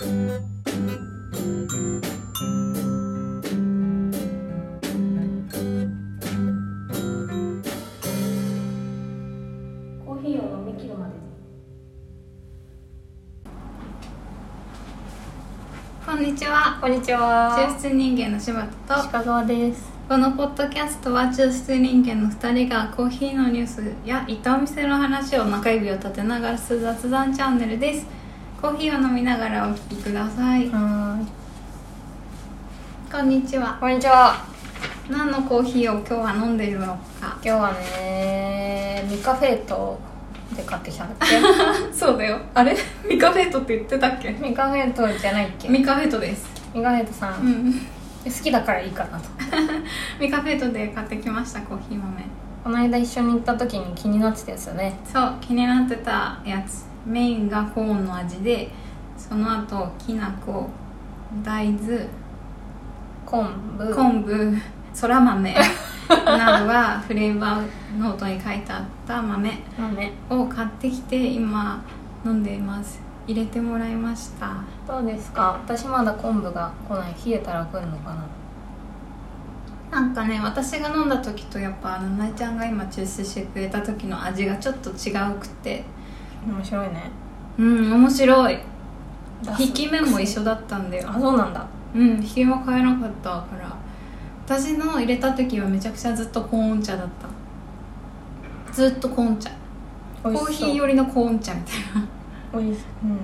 コーヒーを飲み切るまで。 こんにちは。 こんにちは。 抽出人間の柴田と鹿川です。 このポッドキャストは抽出人間の2人がコーヒーのニュースや行ったお店の話を中指を立てながらする雑談チャンネルです。コーヒーを飲みながらお聞きください。 はこんにちは。 こんにちは。 何のコーヒーを今日は飲んでいるのか。 今日はね、ミカフェートで買ってきたんだっそうだよ。あれミカフェートって言ってたっけ？ け？ミカフェートじゃないっけ？ ミカフェートです。 ミカフェートさん、 うん。 好きだからいいかなと。 ミカフェートで買ってきましたコーヒー豆。 この間一緒に行った時に気になってたやつよね。 そう気になってたやつ。メインがコーンの味で、その後きな粉、大豆、 昆布、 昆布、そら豆などがフレーバーノートに書いてあった豆豆。 を買ってきて今飲んでいます。入れてもらいました。 どうですか？私まだ昆布が来ない。冷えたら来るのかな。 なんかね、私が飲んだ時とやっぱななちゃんが今抽出してくれた時の味がちょっと違うくて、 面白いね。 面白い。 出す引き目も一緒だったんだよ。 あ、そうなんだ。 引き目変えなかったから。私の入れた時はめちゃくちゃずっとコーン茶だった。ずっとコーン茶。コーヒー寄りのコーン茶みたいな。 おいしい。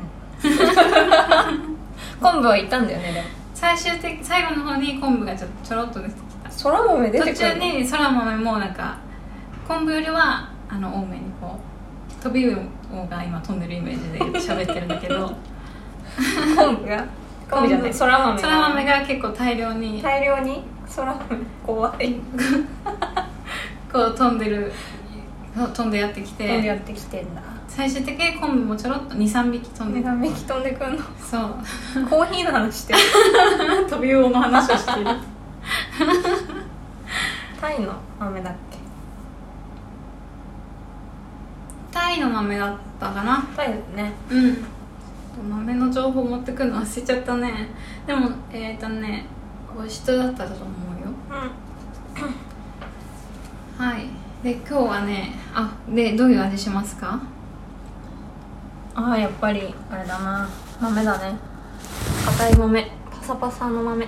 昆布はいたんだよね。でも最後の方に昆布がちょろっと出てきた。 そら豆出てくるの？ 途中にそら豆もなんか昆布よりは多めにこう飛び魚が今飛んでるイメージで喋ってるんだけど昆布が昆布じゃない、そら豆が結構大量にそら豆怖いこう飛んでやってきて、 やってきてんだ。 最終的に昆布もちょろっと 2,3 匹飛んでくる。 2,3匹飛んでくんの？ そうコーヒーの話してる飛び魚の話をしているタイの豆だっけ？ タイの豆だったかな。 タイだよね。 豆の情報持ってくるの忘れちゃったね。でもおいしそうだったと思うよ。はい。で今日はね、でどういう味しますか？ やっぱりあれだな、豆だね。硬い豆、パサパサの豆。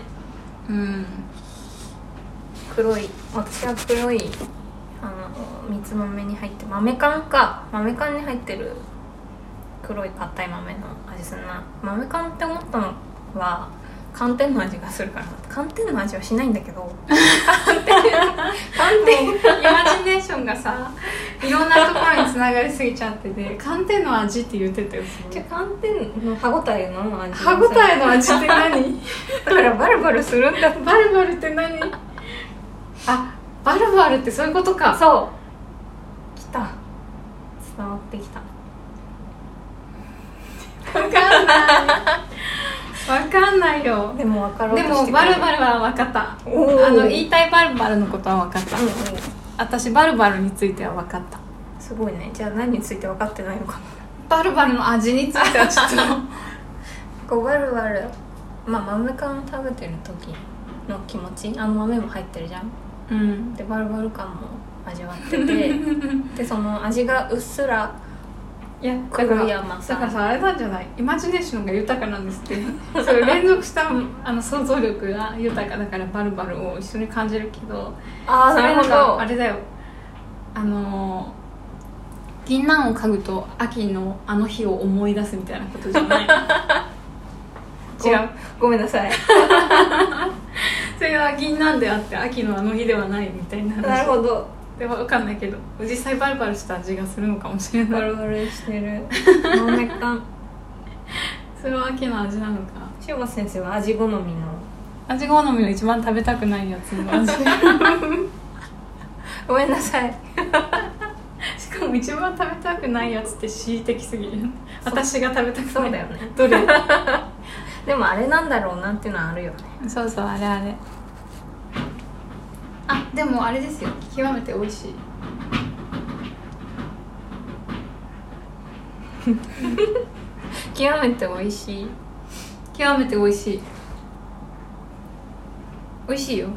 黒い、私は黒い蜜豆に入って豆缶に入ってる黒い硬い豆の味するな。豆缶って思ったのは寒天の味がするから。寒天の味はしないんだけど寒天イマジネーションがさ、いろんなところにつながりすぎちゃってて寒天の味って言ってたよ。 じゃあ寒天の歯ごたえの味。 歯ごたえの味って何？ だからバルバルするんだ。 バルバルって何？バルバルってそういうことか。 そう来た、伝わってきた。 分かんないよ。 でも分かろうでとしてくれる。 もバルバルは分かった。言いたいバルバルのことは分かった。私バルバルについては分かった。 すごいね。じゃあ何について分かってないのかな。 バルバルの味についてはちょっとバルバル、豆缶食べてる時の気持ち、豆も入ってるじゃん。でバルバル感も味わっててでその味がうっすら黒い甘さ。 だからさ、あれなんじゃない？イマジネーションが豊かなんですってそれ連続した想像力が豊かだからバルバルを一緒に感じるけど、 なるほど。 あれだよ、銀杏を嗅ぐと秋のあの日を思い出すみたいなことじゃない違う、 ごめんなさいそれは銀杏であって秋のあの日ではないみたいな話。 なるほど。 でも分かんないけど実際バルバルした味がするのかもしれない。 バルバルしてる豆缶それは秋の味なのか。 塩橋先生は味好みのの一番食べたくないやつの味ごめんなさいしかも一番食べたくないやつって恣意的すぎる。私が食べたくない。 そうだよね。 どれでもあれなんだろうなっていうのはあるよね。 そうそう、あれでもあれですよ、極めて美味しい極めて美味しい。 極めて美味しい。美味しいよ。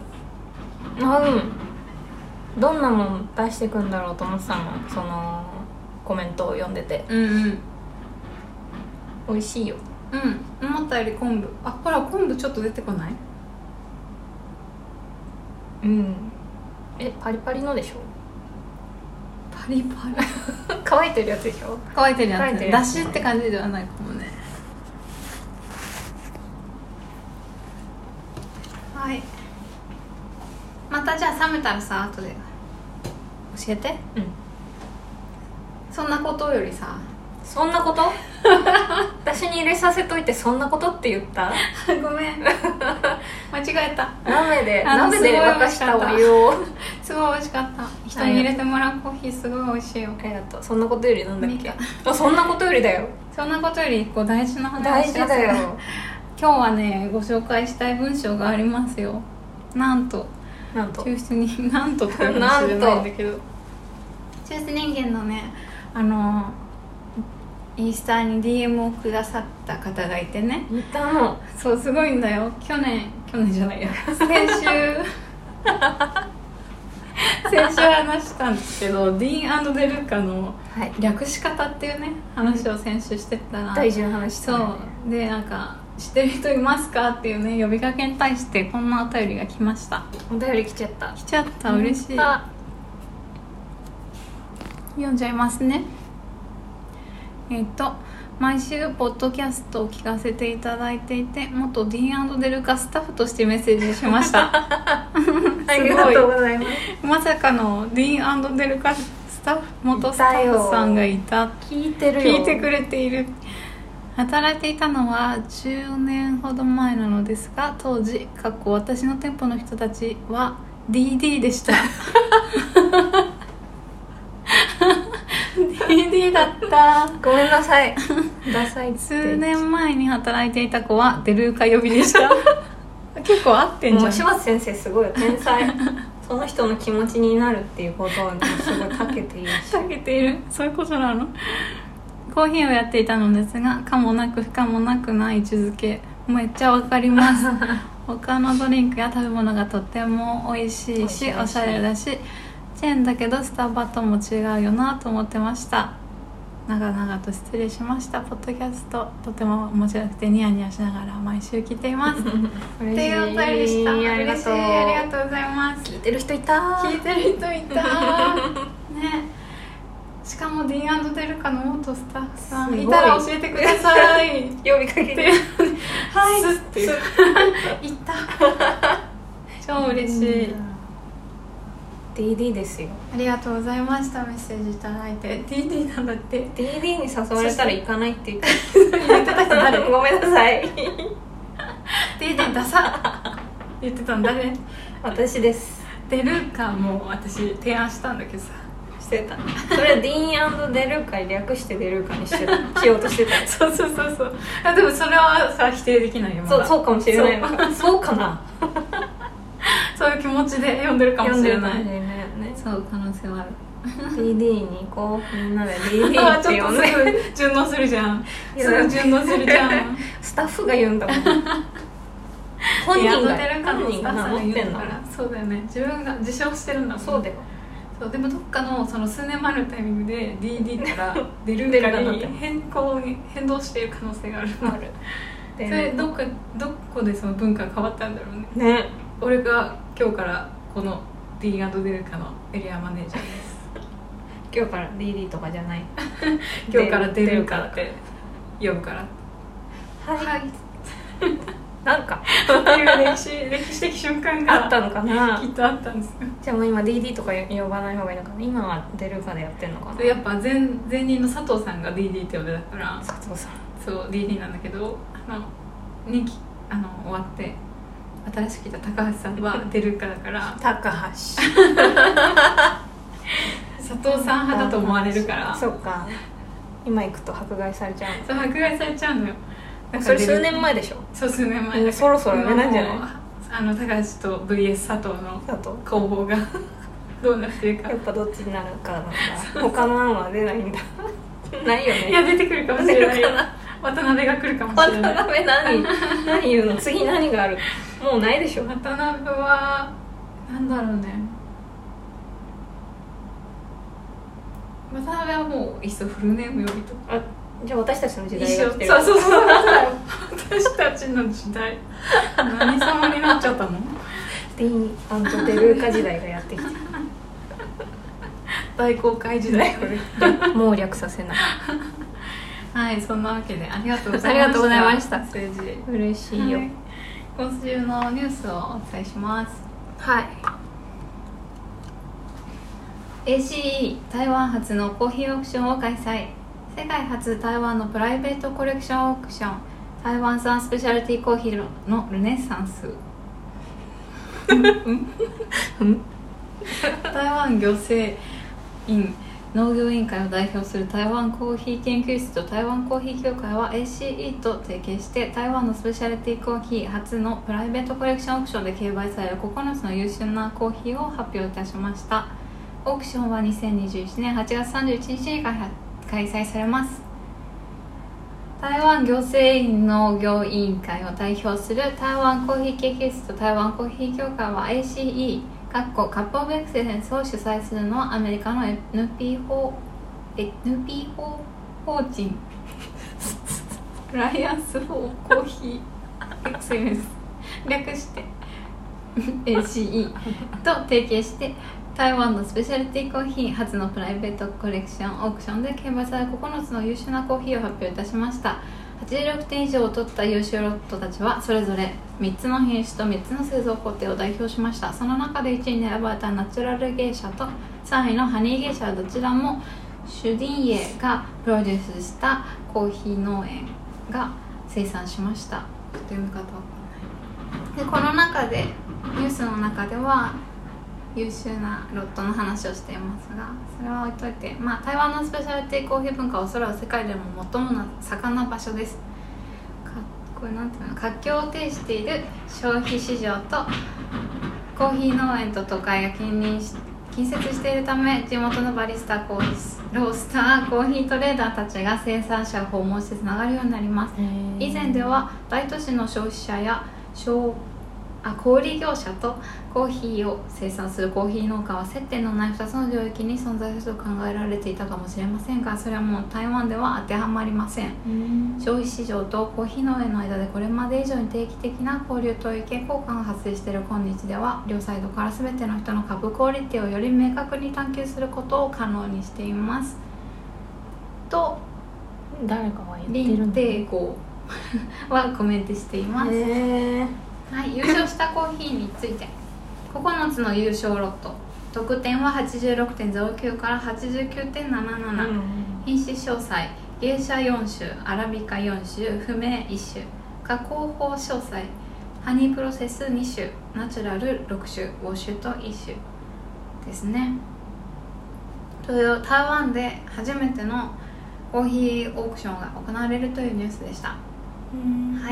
どんなもん出してくんだろうと思ってたの、そのコメントを読んでて。美味しいよ。 思ったより昆布、ほら昆布ちょっと出てこない？ パリパリのでしょ？ パリパリ乾いてるやつでしょ？ 乾いてるやつ、だしって感じではないかもね。はい、またじゃあ冷めたらさ後で教えて。そんなことよりさ。 そんなこと私に入れさせといてそんなことって言ったごめん間違えた。 鍋で沸かしたお湯をすごい美味しかった。人に入れてもらうコーヒーすごい美味しいよ。 ありがとう。そんなことよりなんだっけ？そんなことよりだよ。 そんなことより一個大事な話。 大事だよ。 今日はねご紹介したい文章がありますよ。なんと抽出人なんとっていうかもしれないんだけど、抽出人間のねインスタに DM をくださった方がいてね。 いたの？ そう、すごいんだよ。去年じゃないや先週話したんですけど、ディーン&デルカの略し方っていうね話を先週してたら、 大事な話したね。 そうで、なんか知ってる人いますかっていうね呼びかけに対してこんなお便りが来ました。 お便り来ちゃった。 嬉しい。読んじゃいますね。毎週ポッドキャストを聞かせていただいていて、元ディーン&デルカスタッフとしてメッセージしましたありがとうございます。 まさかのディーン&デルカスタッフ元スタッフさんがいた。 聞いてるよ。 聞いてくれている。働いていたのは10年ほど前なのですが、当時私の店舗の人たちは DD でしたDD だった。 ごめんなさいダサいって。 数年前に働いていた子はデルーカ呼びでした結構合ってんじゃん。 もう柴田先生すごいよ、天才その人の気持ちになるっていうことにすごい長けているし長けている、そういうことなの。コーヒーをやっていたのですが、可もなく不可もなくな位置づけめっちゃわかります他のドリンクや食べ物がとっても美味しいしおしゃれだし、チェーンだけどスタバとも違うよなと思ってました。長々と失礼しました。ポッドキャストとても面白くてニヤニヤしながら毎週聞いていますっていうお便りでした。 ありがとう。 ありがとうございます。 聞いてる人いたね。しかも D&デルカの元スタッフさんいたら教えてください呼びかけてはいスッて言った超嬉しい。 DD ですよ。 ありがとうございました。メッセージいただいて。 DD なんだって。 DD に誘われたら行かないって言ってた人誰？ ごめんなさい DD ダサ言ってたんだね。 私です。 デルカも私提案したんだけどさ、 してた。それはディーン&デルカ略してデルカにしようとしてたそうでもそれはさ否定できないよ。 そうかもしれないの。そうかなそういう気持ちで読んでるかもしれない。 そう可能性はある。 DD に行こう、みんなで DD って呼んで。 ちょっとすぐ順応するじゃん。すぐ順応するじゃんスタッフが言うんだもん本人が名乗ってんの。 そうだよね、自分が自称してるんだもん。 そうだよ。 そうでもどっかのその数年前のタイミングで DD からデルカに変動している可能性がある。それどこでその文化が変わったんだろうね。 ね。 俺が今日からこの D&デルカのエリアマネージャーです今日から DD とかじゃない今日からデルカって呼ぶからはいなんかっていう歴史的瞬間があったのかな。 きっとあったんですよ。 じゃあもう今 DD とか呼ばない方がいいのかな。今はデルカでやってんのかな。 やっぱ前任の佐藤さんが DD って呼んでたから佐藤さんそう DD なんだけど2期終わって新しく来た高橋さんはデルカだから高橋佐藤さん派だと思われるからそっか。今行くと迫害されちゃうの。 そう迫害されちゃうのよ。 それ数年前でしょ。 そう数年前。 そろそろやめなんじゃない。 高橋と VS 佐藤の攻防がどうなってるか。 やっぱどっちになるかなんだ他の案は出ないんだないよね。 いや出てくるかもしれないよ渡辺が来るかもしれない。 渡辺何言うの？次何がある？もうないでしょ。 渡辺はなんだろうね。渡辺はもういっそフルネーム呼びとあ、じゃあ私たちの時代一緒。 が来てる。 そう私たちの時代何様になっちゃったの？ ディーン&デルーカ時代がやってきて大航海時代もう略させない。 はい、そんなわけでありがとうございました。 ありがとうございました数字嬉しいよ。 はい、今週のニュースをお伝えします。 はい。 ACE 台湾初のコーヒーオークションを開催。世界初台湾のプライベートコレクションオークション、台湾産スペシャルティーコーヒーのルネサンス台湾行政院農業委員会を代表する台湾コーヒー研究室と台湾コーヒー協会は ACE と提携して台湾のスペシャルティーコーヒー初のプライベートコレクションオークションで競売される9つの優秀なコーヒーを発表いたしました。オークションは2021年8月31日に開催されます。台湾行政院農業委員会を代表する台湾コーヒー研究室と台湾コーヒー協会は ACE カップオブエクセレンスを主催するのはアメリカの NPO 法人アライアンス・フォー・コーヒーエクセレンス略して ACE と提携して台湾のスペシャリティコーヒー初のプライベートコレクションオークションで競売され9つの優秀なコーヒーを発表いたしました。86点以上を取った優秀ロットたちはそれぞれ3つの品種と3つの製造工程を代表しました。その中で1位に選ばれたナチュラル芸者と3位のハニー芸者はどちらもシュディンイエがプロデュースしたコーヒー農園が生産しました。ちょっと読み方わかんない。でこの中でニュースの中では優秀なロットの話をしていますが、それは置いといて、台湾のスペシャルティーコーヒー文化はおそらく世界でも最も盛んな場所です。これなんていうの、活況を呈している消費市場とコーヒー農園と都会が近接しているため、地元のバリスタロースターコーヒートレーダーたちが生産者を訪問してつながるようになります。以前では大都市の消費者や小売業者とコーヒーを生産するコーヒー農家は接点のない2つの領域に存在すると考えられていたかもしれませんが、それはもう台湾では当てはまりません。消費市場とコーヒー農園の間でこれまで以上に定期的な交流と意見交換が発生している今日では、両サイドから全ての人の株クオリティをより明確に探求することを可能にしていますと誰かが言って林るんだ、 定剛はコメントしています。はい、優勝したコーヒーについて9つの優勝ロット、得点は 86.09 から 89.77、品種詳細、芸者4種、アラビカ4種、不明1種、加工法詳細、ハニープロセス2種、ナチュラル6種、ウォッシュと1種ですね。という台湾で初めてのコーヒーオークションが行われるというニュースでした。はい、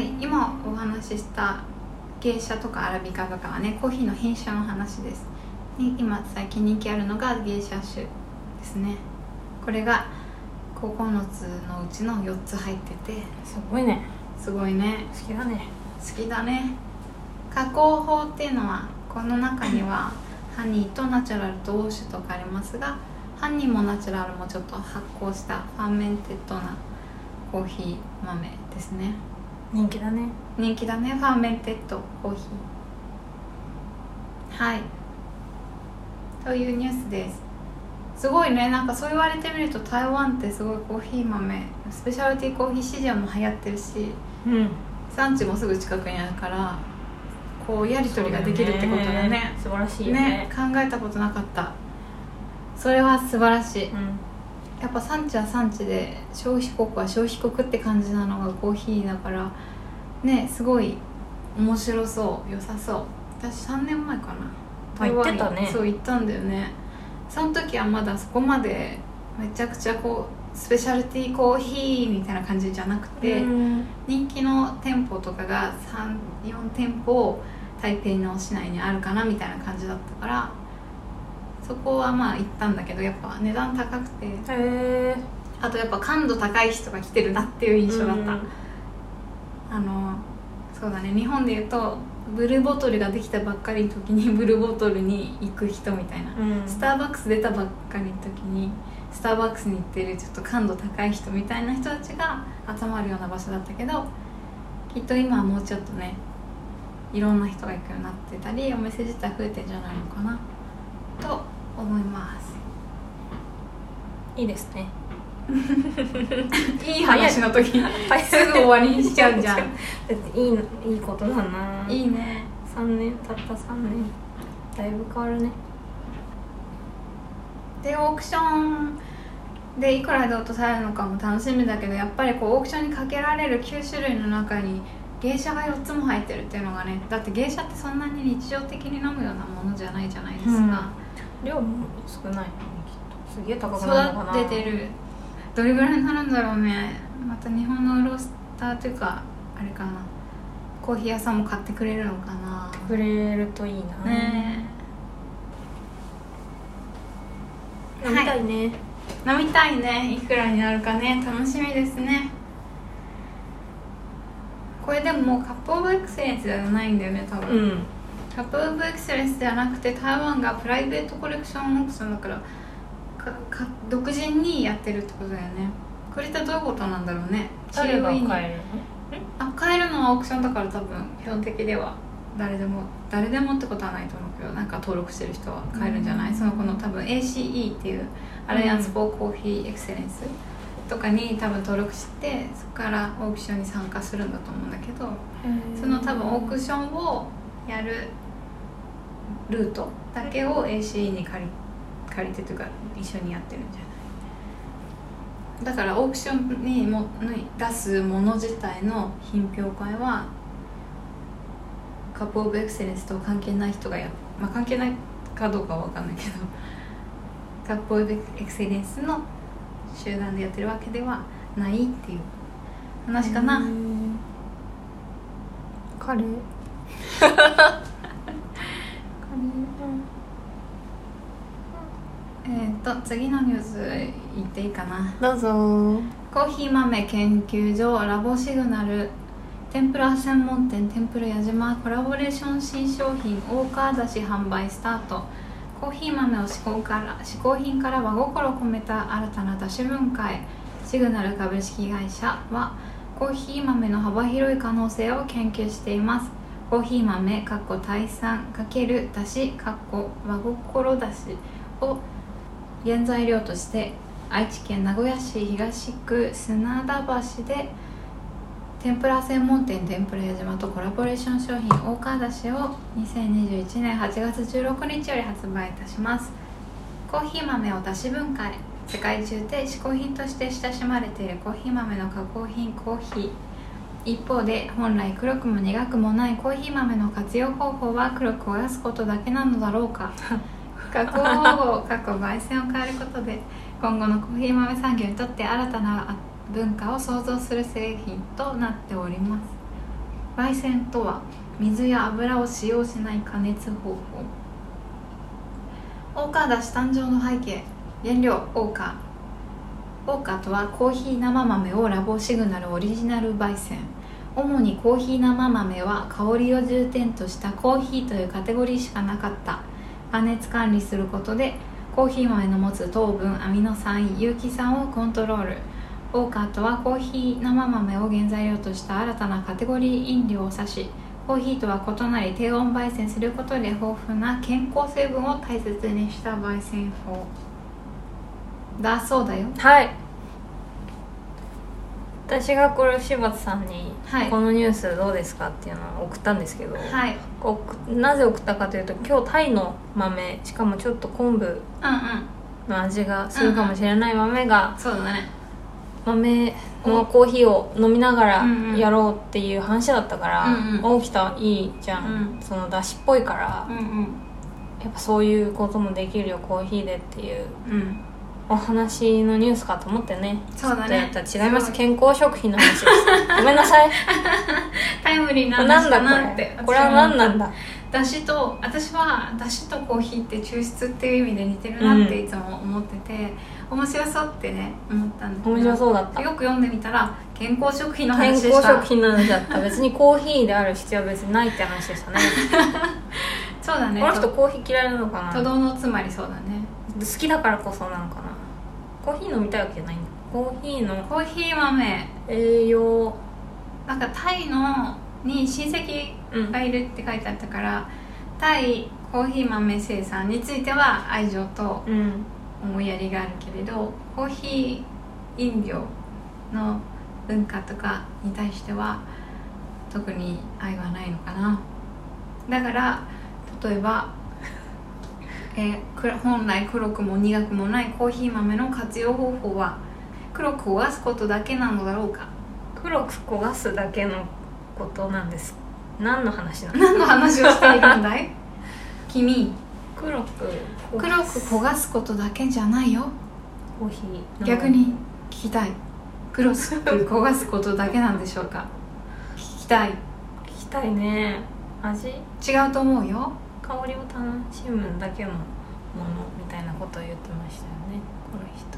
今お話しした芸者とかアラビカとかはね、コーヒーの品種の話です。今最近人気あるのが芸者種ですね。これが9つのうちの4つ入ってて、 すごいね。 すごいね。 好きだね。 好きだね。加工法っていうのはこの中にはハニーとナチュラルとウォッシュとかありますが、ハニーもナチュラルもちょっと発酵したファーメンテッドなコーヒー豆ですね。 人気だね。 人気だね、ファーメンテッドコーヒー。はい、というニュースです。すごいね、なんかそう言われてみると台湾ってすごいコーヒー豆スペシャルティーコーヒー市場も流行ってるし、産地もすぐ近くにあるからこうやり取りができるってことだね。 素晴らしいよね。 考えたことなかった。それは素晴らしい。やっぱ産地は産地で消費国は消費国って感じなのがコーヒーだからね、すごい面白そう、良さそう。私3年前かな、 行ってたね。 そう行ったんだよね。その時はまだそこまでめちゃくちゃこうスペシャルティーコーヒーみたいな感じじゃなくて、人気の店舗とかが 3,4 店舗台北の市内にあるかなみたいな感じだったから、そこはまあ行ったんだけど、やっぱ値段高くてあとやっぱ感度高い人が来てるなっていう印象だった、 うんそうだね、日本でいうとブルーボトルができたばっかりの時にブルーボトルに行く人みたいな、スターバックス出たばっかりの時にスターバックスに行ってるちょっと感度高い人みたいな人たちが集まるような場所だったけど、きっと今はもうちょっとねいろんな人が行くようになってたりお店自体増えてんじゃないのかなと思います。 いいですね。 いい話の時すぐ終わりにしちゃうじゃん。 だっていいことだな。 いいね。 3年たった3年だいぶ変わるね。 でオークションでいくらで落とされるのかも楽しみだけど、やっぱりこうオークションにかけられる9種類の中に芸者が4つも入ってるっていうのがね、だって芸者ってそんなに日常的に飲むようなものじゃないじゃないですか、 量も少ないのにきっとすげえ高くなるのかな。 育ててる。どれぐらいになるんだろうね。また日本のロースターというかあれかな、コーヒー屋さんも買ってくれるのかな。 くれるといいなね。 飲みたいね、 飲みたいね。いくらになるかね、楽しみですね。これでももうカップオブエクセレンスじゃないんだよね多分、カップオブエクセレンスじゃなくて台湾がプライベートコレクションオークションだから独自にやってるってことだよね。これってどういうことなんだろうね。 誰が買えるの？ 買えるのはオークションだから多分基本的では誰でもってことはないと思うけど、なんか登録してる人は買えるんじゃない、その子の多分 ACE っていうアライアンス・フォー・コーヒー・エクセレンスとかに多分登録してそこからオークションに参加するんだと思うんだけど、その多分オークションをやるルートだけを ACE に借りてというか一緒にやってるんじゃない。だからオークションに出すもの自体の品評会はカップオブエクセレンスと関係ない人が関係ないかどうかは分かんないけどカップオブエクセレンスの集団でやってるわけではないっていう話かな。 カレー次のニュース言っていいかな。 どうぞ。 コーヒー豆研究所ラボシグナル天ぷら専門店天ぷら矢島コラボレーション新商品大川だし販売スタート。コーヒー豆を嗜好品から真心込めた新たなだし文化へ。シグナル株式会社はコーヒー豆の幅広い可能性を研究しています。コーヒー豆タイ産×だし真心だしを原材料として愛知県名古屋市東区砂田橋で天ぷら専門店天ぷら矢島とコラボレーション商品大川だしを2021年8月16日より発売いたします。コーヒー豆をだし文化へ。世界中で嗜好品として親しまれているコーヒー豆の加工品コーヒー。一方で本来黒くも苦くもないコーヒー豆の活用方法は黒く燃やすことだけなのだろうか。加工方法焙煎を変えることで今後のコーヒー豆産業にとって新たな文化を創造する製品となっております。焙煎とは水や油を使用しない加熱方法。大川だし誕生の背景。原料大川とはコーヒー生豆をラボシグナルオリジナル焙煎。主にコーヒー生豆は香りを重点としたコーヒーというカテゴリーしかなかった。加熱管理することでコーヒー豆の持つ糖分、アミノ酸、有機酸をコントロール。オーカーとはコーヒー生豆を原材料とした新たなカテゴリー飲料を指し、コーヒーとは異なり低温焙煎することで豊富な健康成分を大切にした焙煎法だそうだよ。 はい。私がこれ柴田さんに、 はい、 このニュースどうですかっていうのを送ったんですけど、 はい、 なぜ送ったかというと、今日タイの豆、しかもちょっと昆布の味がするかもしれない豆が、 そうだね、 豆のコーヒーを飲みながらやろうっていう話だったから、起きたいいじゃん、そのだしっぽいから、やっぱそういうこともできるよコーヒーでっていう、お話のニュースかと思ってね。 そうだね。 違います。健康食品の話です。ごめんなさい。 タイムリーな話だなって。 これは何なんだ。 私はだしとコーヒーって抽出っていう意味で似てるなっていつも思ってて、 面白そうってね思ったんだけど、 面白そうだった。 よく読んでみたら健康食品の健話でした。 康食品の話だった。別にコーヒーである必要は別にないって話でしたね。 そうだね。 この人コーヒー嫌いなのかな。 とどのつまりそうだね。 好きだからこそなのかな。コーヒー飲みたいわけじゃないんだ。コーヒー豆栄養、 なんかタイのに親戚がいるって書いてあったから、タイコーヒー豆生産については愛情と思いやりがあるけれど、コーヒー飲料の文化とかに対しては特に愛はないのかな。だから例えば、本来黒くも苦くもないコーヒー豆の活用方法は黒く焦がすことだけなのだろうか。 黒く焦がすだけのことなんです。何の話なの？ 何の話をしているんだい君。 黒く焦がすことだけじゃないよ。 コーヒー逆に聞きたい。黒く焦がすことだけなんでしょうか。聞きたいね。味違うと思うよ。 香りを楽しむだけのものみたいなことを言ってましたよね、この人。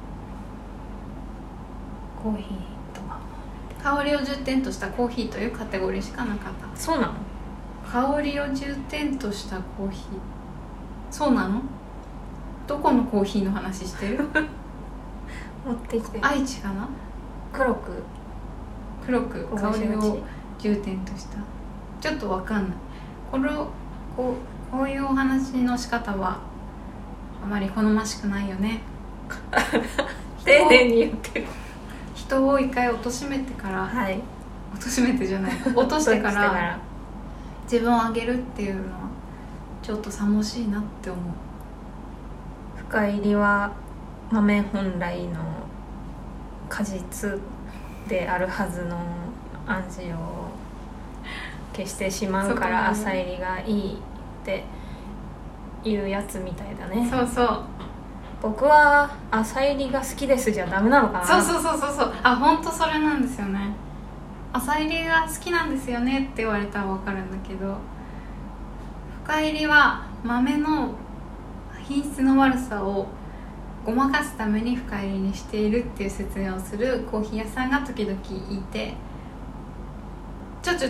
コーヒーとは香りを重点としたコーヒーというカテゴリーしかなかった。 そうなの？ 香りを重点としたコーヒー、そうなの？どこのコーヒーの話してる？ 持ってきて。 愛知かな。黒く香りを重点とした、ちょっとわかんない。こういうお話の仕方はあまり好ましくないよね。 丁寧に言ってる。 人を一回貶めてから、 はい、 貶めてじゃない落としてから自分を上げるっていうのはちょっとさもしいなって思う。 深入りは豆本来の果実であるはずの味を消してしまうから浅入りがいいっていうやつみたいだね。 そうそう。 僕は浅入りが好きですじゃダメなのかな。 そう。あ、本当それなんですよね。浅入りが好きなんですよねって言われたら分かるんだけど、深入りは豆の品質の悪さをごまかすために深入りにしているっていう説明をするコーヒー屋さんが時々いて、ちょそ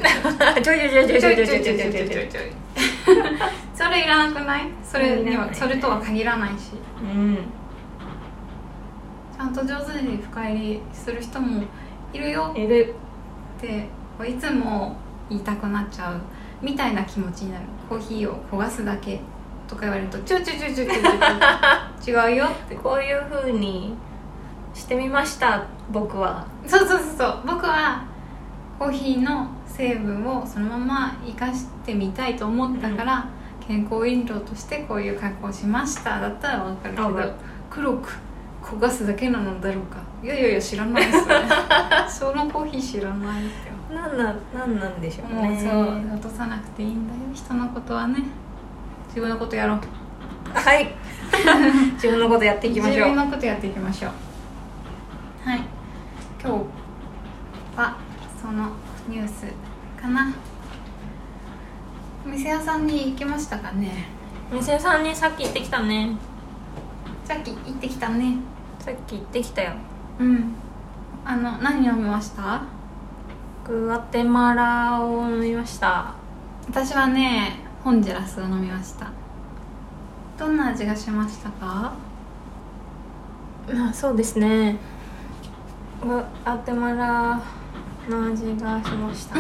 れいらなくない？それとは限らないし、ちゃんと上手に深入りする人もいるよっていつも言いたくなっちゃうみたいな気持ちになる。コーヒーを焦がすだけとか言われると違うよって。 こういう風にしてみました僕は。 そう僕はコーヒーの成分をそのまま生かしてみたいと思ったから、健康飲料としてこういう格好をしましただったら分かるけど、黒く焦がすだけなのだろうか。いや知らないですよね。そのコーヒー知らないですよ。 なんなんでしょうね。 もうそう落とさなくていいんだよ、人のことはね。自分のことやろう。 はい自分のことやっていきましょう。 自分のことやっていきましょう。はい、今日はそのニュースかな。お店屋さんに行きましたかね。 お店屋さんにさっき行ってきたね。 さっき行ってきたね。 さっき行ってきたよ。 何飲みました？ グアテマラを飲みました。 私はねホンジュラスを飲みました。どんな味がしましたか？ そうですね、グアテマラの味がしました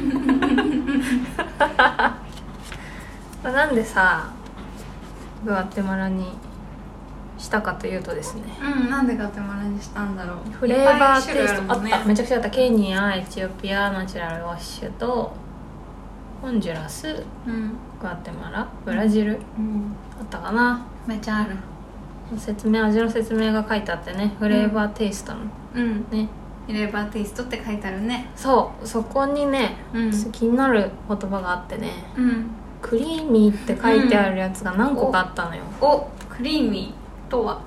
なんでさグアテマラにしたかというとですね、 なんでグアテマラにしたんだろう。 フレーバーテイストあった、めちゃくちゃあった。ケニア、エチオピア、ナチュラルウォッシュとホンジュラス、グアテマラ、ブラジル、あったかな。 めっちゃある。 味の説明が書いてあってね、フレーバーテイストの、ね、 フレーバーテイストって書いてあるね。 そこにね、気になる言葉があってね、クリーミーって書いてあるやつが何個かあったのよ。 クリーミーとは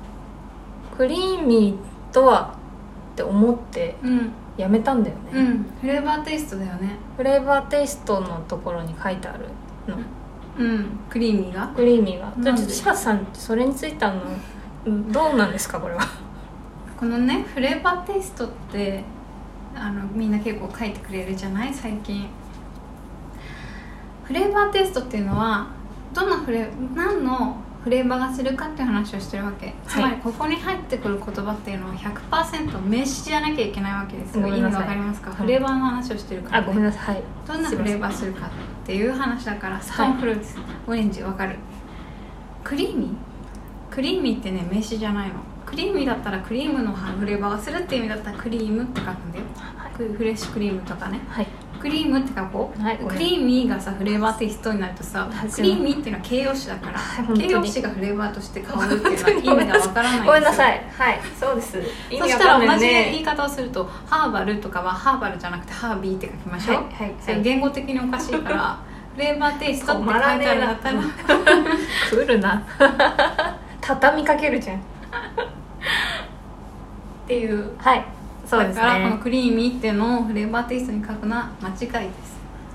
って思ってやめたんだよね。 フレーバーテイストだよね。 フレーバーテイストのところに書いてあるの。 クリーミーがじゃあシラさんそれについてどうなんですかこれは。 このねフレーバーテイストってみんな結構書いてくれるじゃない最近。フレーバーテイストっていうのは何のフレーバーがするかっていう話をしてるわけ、つまりここに入ってくる言葉っていうのは 100% 名詞じゃなきゃいけないわけですよ。意味わかりますか？フレーバーの話をしてるから、 ごめんなさい、 どんなフレーバーするかっていう話だから。ストーンフルーツ、オレンジわかる。クリーミーってね名詞じゃないの。クリーミーだったらクリームのフレーバーがするっていう意味だったらクリームって書くんだよ、フレッシュクリームとかね、クリームって書こう、クリーミーがさフレーバーテイストになるとさ、クリーミーっていうのは形容詞だから、形容詞がフレーバーとして香るっていうのは意味がわからないんですよ。 ごめんなさい、そうです。 そしたら同じ言い方をするとハーバルとかはハーバルじゃなくてハービーって書きましょう。それ言語的におかしいからフレーバーテイストって書いてあるんだったら来るな畳みかけるじゃんっていう。 そうですね。 だからこのクリーミーっていうのをフレーバーテイストに書くのは間違いです。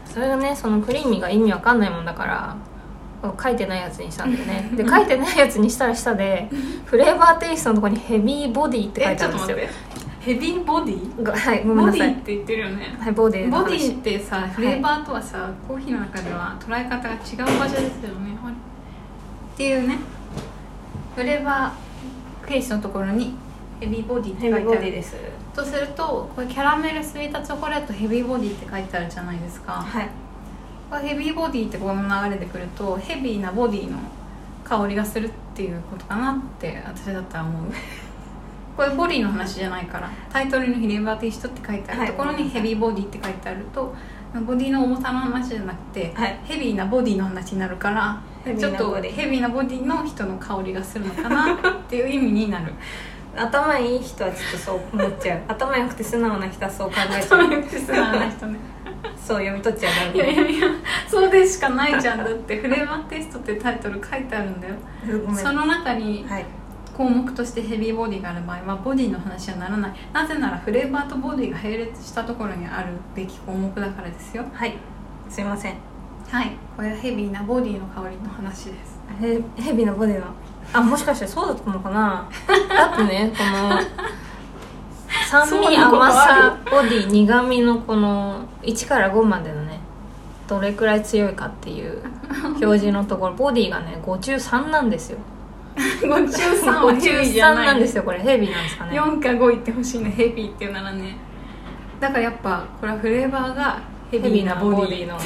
それがね、そのクリーミーが意味わかんないもんだから書いてないやつにしたんだよねで書いてないやつにしたら下でフレーバーテイストのところにヘビーボディって書いてあるんですよ。 ヘビーボディ？ ごめんなさい。 ボディって言ってるよね。 ボディの話。 ボディってさ、フレーバーとはさ、コーヒーの中では捉え方が違う場所ですよね。っていうね、フレーバーケースのところにヘビーボディって書いてある。 ヘビーボディです。 とすると、これキャラメルスイートチョコレートヘビーボディって書いてあるじゃないですか。これヘビーボディってこの流れでくると、ヘビーなボディの香りがするっていうことかなって私だったら思う。これボディの話じゃないから、タイトルにフレーバーテイストって書いてあるところにヘビーボディって書いてあると、ボディの重さの話じゃなくて、ヘビーなボディの話になるから、ちょっとヘビーなボディの人の香りがするのかなっていう意味になる。 頭いい人はちょっとそう思っちゃう。頭良くて素直な人はそう考えちゃう。 頭良くて素直な人ねそう読み取っちゃう。 いやそうでしかないじゃん。だってフレーバーテイストってタイトル書いてあるんだよ。その中に項目としてヘビーボディがある場合はボディの話はならない。なぜならフレーバーとボディが並列したところにあるべき項目だからですよ。 すいません。 これはヘビーなボディの香りの話です。 ヘビーなボディのもしかしてそうだったのかなだってね、この酸味、甘さ、ボディ、苦味のこの1から5までのね、どれくらい強いかっていう表示のところボディがね5中3なんですよ。 5中3はヘビーじゃない。 なんですよ。これヘビーなんですかね。 4か5いってほしいね、ヘビーっていうならね。だからやっぱこれはフレーバーがヘビーなボディの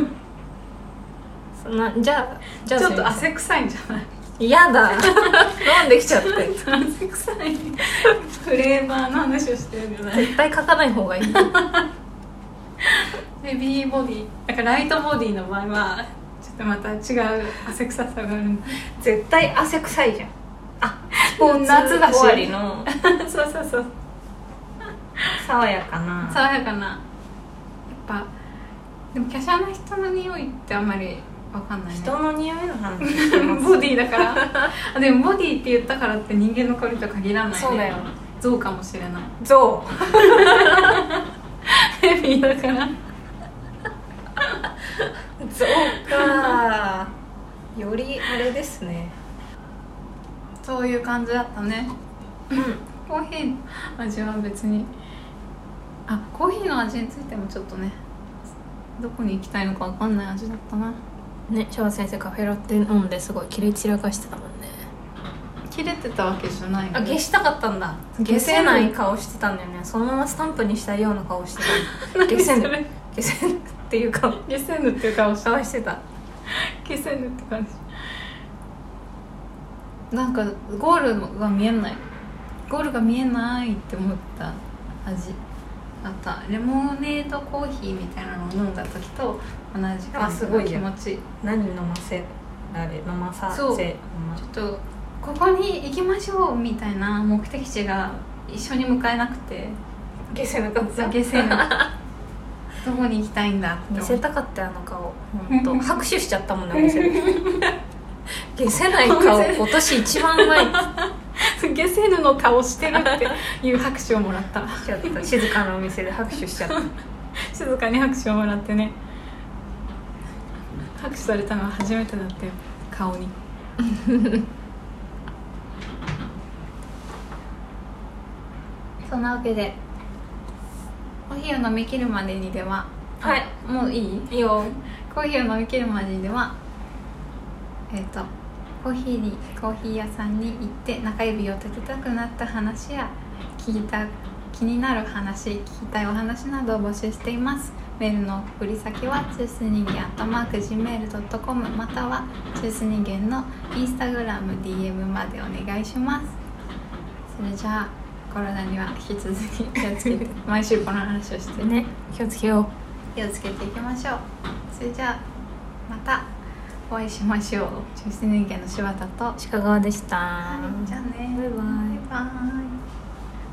じゃあちょっと汗臭いんじゃない？ 嫌だ飲んできちゃって汗臭いフレーバーの話をしてるんじゃない？ 絶対書かない方がいいヘビーボディだからライトボディの場合はちょっとまた違う汗臭さがある。 絶対汗臭いじゃん。 スポーツ夏だし終わりのそう爽やかなやっぱでも華奢な人の匂いってあんまりわかんないね。 人の匂いの話してますボディだからでもボディって言ったからって人間の香りとは限らないね。 そうだよ。 象かもしれない。 象ヘビーだから象かよりあれですね。 そういう感じだったね。コーヒーの味は別にコーヒーの味についてもちょっとね、どこに行きたいのか分かんない味だったなね。シャワ先生カフェラテ飲んですごいキレ散らかしてたもんね。 切れてたわけじゃないよね。 消したかったんだ。消せない顔してたんだよね。そのままスタンプにしたような顔してた。消せぬっていう顔。 消せぬっていう顔してた。 消せぬって感じ。なんかゴールが見えないって思った味あった。レモネードコーヒーみたいなのを飲んだ時と同じ感じの気持ち。 何飲ませそうちょっとここに行きましょうみたいな目的地が一緒に向かえなくて消せなかった。 消せなどこに行きたいんだって見せたかったよ、あの顔。本当拍手しちゃったもんね、お店で消せない顔今年一番うまい消せぬの顔してるっていう拍手をもらったちょっと静かなお店で拍手しちゃった静かに拍手をもらってね、拍手されたのは初めてだったよ、顔にそんなわけでコーヒーを飲み切るまでにでは、 はい、 もういい？ いいよ。 コーヒーを飲み切るまでにではコーヒー屋さんに行って中指を立てたくなった話や気になる話、聞きたいお話などを募集しています。メールの送り先はチュース人間@gmail.com またはチュース人間のインスタグラム DM までお願いします。それじゃあコロナには引き続き気をつけて毎週この話をしてね、気をつけよう。 気をつけていきましょう。それじゃあまたお会いしましょう。中心人間の柴田と鹿川でした。 はい、じゃあね、 バイバイ。 バイバイ。